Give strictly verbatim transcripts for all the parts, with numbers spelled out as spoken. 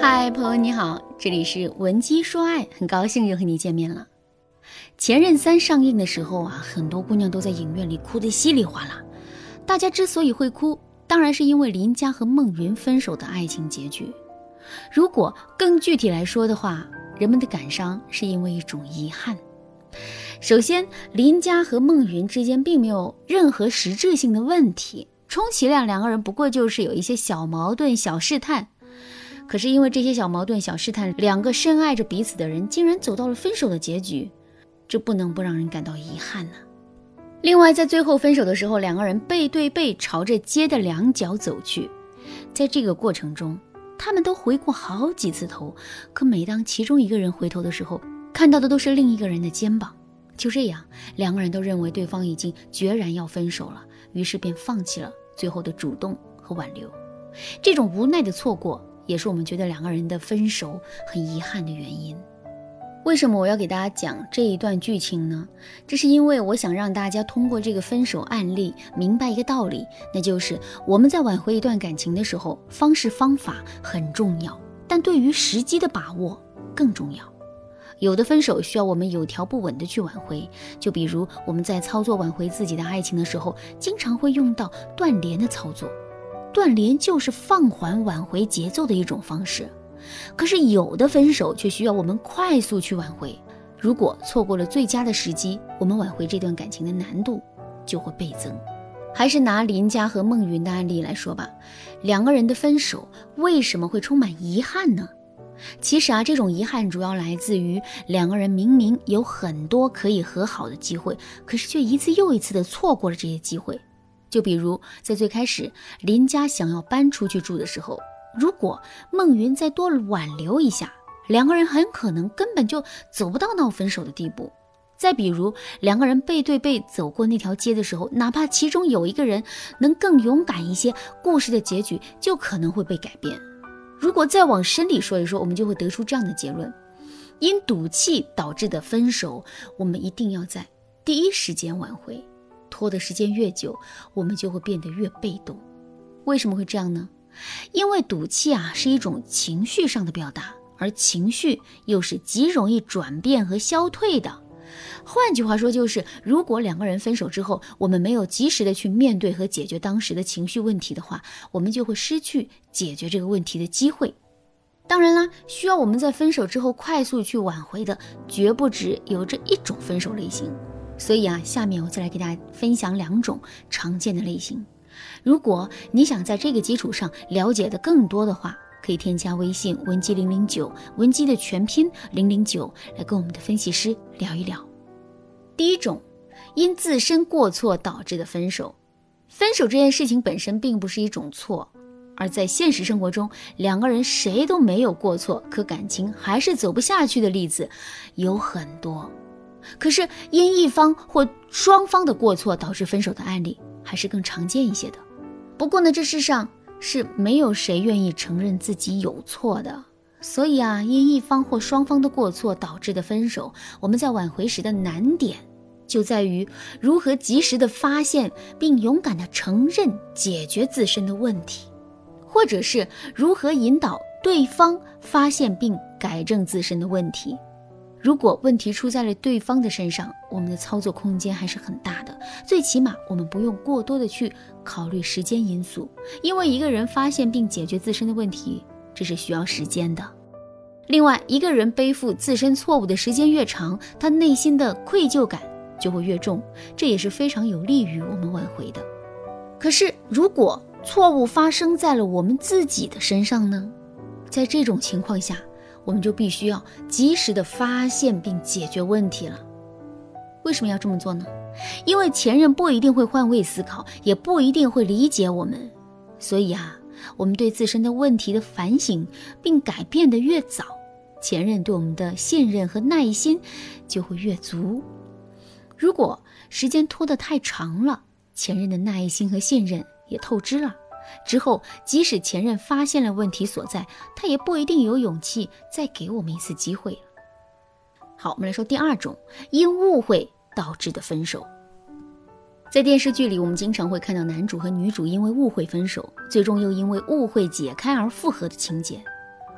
嗨，朋友你好，这里是文姬说爱，很高兴又和你见面了。前任三上映的时候啊，很多姑娘都在影院里哭得稀里哗啦。大家之所以会哭，当然是因为林佳和孟云分手的爱情结局。如果更具体来说的话，人们的感伤是因为一种遗憾。首先，林佳和孟云之间并没有任何实质性的问题，充其量两个人不过就是有一些小矛盾、小试探。可是因为这些小矛盾、小试探，两个深爱着彼此的人竟然走到了分手的结局，这不能不让人感到遗憾呢、啊。另外，在最后分手的时候，两个人背对背朝着街的两角走去，在这个过程中，他们都回过好几次头，可每当其中一个人回头的时候，看到的都是另一个人的肩膀。就这样，两个人都认为对方已经决然要分手了，于是便放弃了最后的主动和挽留。这种无奈的错过，也是我们觉得两个人的分手很遗憾的原因。为什么我要给大家讲这一段剧情呢？这是因为我想让大家通过这个分手案例明白一个道理，那就是我们在挽回一段感情的时候，方式方法很重要，但对于时机的把握更重要。有的分手需要我们有条不紊的去挽回，就比如我们在操作挽回自己的爱情的时候，经常会用到断联的操作。断联就是放缓挽回节奏的一种方式，可是有的分手却需要我们快速去挽回，如果错过了最佳的时机，我们挽回这段感情的难度就会倍增。还是拿林佳和孟云的案例来说吧，两个人的分手为什么会充满遗憾呢？其实啊，这种遗憾主要来自于两个人明明有很多可以和好的机会，可是却一次又一次的错过了这些机会。就比如在最开始林佳想要搬出去住的时候，如果孟云再多挽留一下，两个人很可能根本就走不到闹分手的地步。再比如两个人背对背走过那条街的时候，哪怕其中有一个人能更勇敢一些，故事的结局就可能会被改变。如果再往深里说一说，我们就会得出这样的结论：因赌气导致的分手，我们一定要在第一时间挽回，拖的时间越久，我们就会变得越被动。为什么会这样呢？因为赌气啊是一种情绪上的表达，而情绪又是极容易转变和消退的。换句话说，就是如果两个人分手之后，我们没有及时的去面对和解决当时的情绪问题的话，我们就会失去解决这个问题的机会。当然啦，需要我们在分手之后快速去挽回的，绝不只有这一种分手类型。所以啊，下面我再来给大家分享两种常见的类型。如果你想在这个基础上了解的更多的话，可以添加微信文姬零零九，文姬的全拼零零九，来跟我们的分析师聊一聊。第一种，因自身过错导致的分手。分手这件事情本身并不是一种错，而在现实生活中，两个人谁都没有过错，可感情还是走不下去的例子有很多。可是因一方或双方的过错导致分手的案例还是更常见一些的。不过呢，这世上是没有谁愿意承认自己有错的，所以啊，因一方或双方的过错导致的分手，我们在挽回时的难点就在于如何及时的发现并勇敢的承认解决自身的问题，或者是如何引导对方发现并改正自身的问题。如果问题出在了对方的身上，我们的操作空间还是很大的，最起码我们不用过多的去考虑时间因素，因为一个人发现并解决自身的问题，这是需要时间的。另外，一个人背负自身错误的时间越长，他内心的愧疚感就会越重，这也是非常有利于我们挽回的。可是如果错误发生在了我们自己的身上呢？在这种情况下，我们就必须要及时的发现并解决问题了。为什么要这么做呢？因为前任不一定会换位思考，也不一定会理解我们，所以啊，我们对自身的问题的反省并改变得越早，前任对我们的信任和耐心就会越足。如果时间拖得太长了，前任的耐心和信任也透支了，之后即使前任发现了问题所在，他也不一定有勇气再给我们一次机会了。好，我们来说第二种，因误会导致的分手。在电视剧里，我们经常会看到男主和女主因为误会分手，最终又因为误会解开而复合的情节。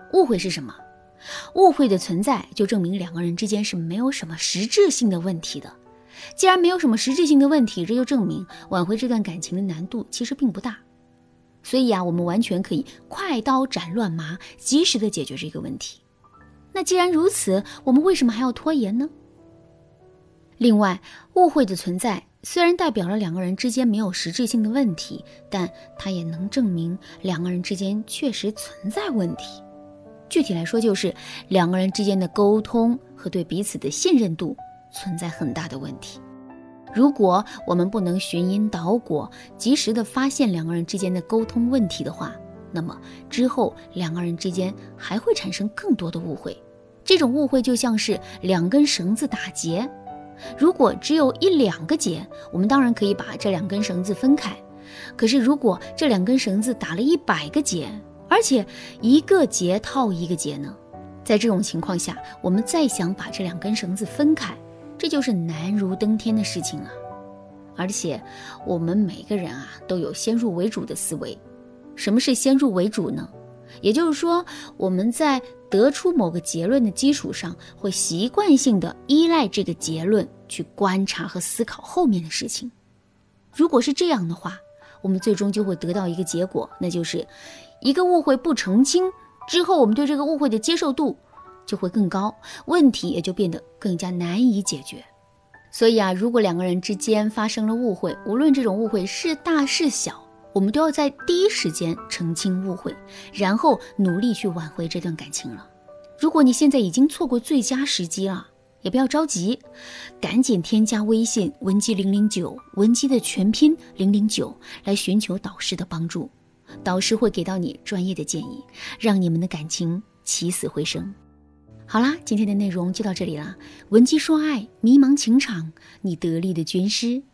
误会是什么？误会的存在就证明两个人之间是没有什么实质性的问题的。既然没有什么实质性的问题，这就证明挽回这段感情的难度其实并不大。所以啊，我们完全可以快刀斩乱麻，及时的解决这个问题。那既然如此，我们为什么还要拖延呢？另外，误会的存在虽然代表了两个人之间没有实质性的问题，但它也能证明两个人之间确实存在问题。具体来说，就是两个人之间的沟通和对彼此的信任度存在很大的问题。如果我们不能寻因导果，及时的发现两个人之间的沟通问题的话，那么之后两个人之间还会产生更多的误会。这种误会就像是两根绳子打结，如果只有一两个结，我们当然可以把这两根绳子分开。可是如果这两根绳子打了一百个结，而且一个结套一个结呢？在这种情况下，我们再想把这两根绳子分开，这就是难如登天的事情了。而且我们每个人啊都有先入为主的思维。什么是先入为主呢？也就是说，我们在得出某个结论的基础上，会习惯性的依赖这个结论去观察和思考后面的事情。如果是这样的话，我们最终就会得到一个结果，那就是一个误会不澄清之后，我们对这个误会的接受度就会更高，问题也就变得更加难以解决。所以啊，如果两个人之间发生了误会，无论这种误会是大是小，我们都要在第一时间澄清误会，然后努力去挽回这段感情了。如果你现在已经错过最佳时机了，也不要着急，赶紧添加微信文姬零零九，文姬的全拼零零九，来寻求导师的帮助。导师会给到你专业的建议，让你们的感情起死回生。好啦，今天的内容就到这里啦。文姬说爱，迷茫情场，你得力的军师。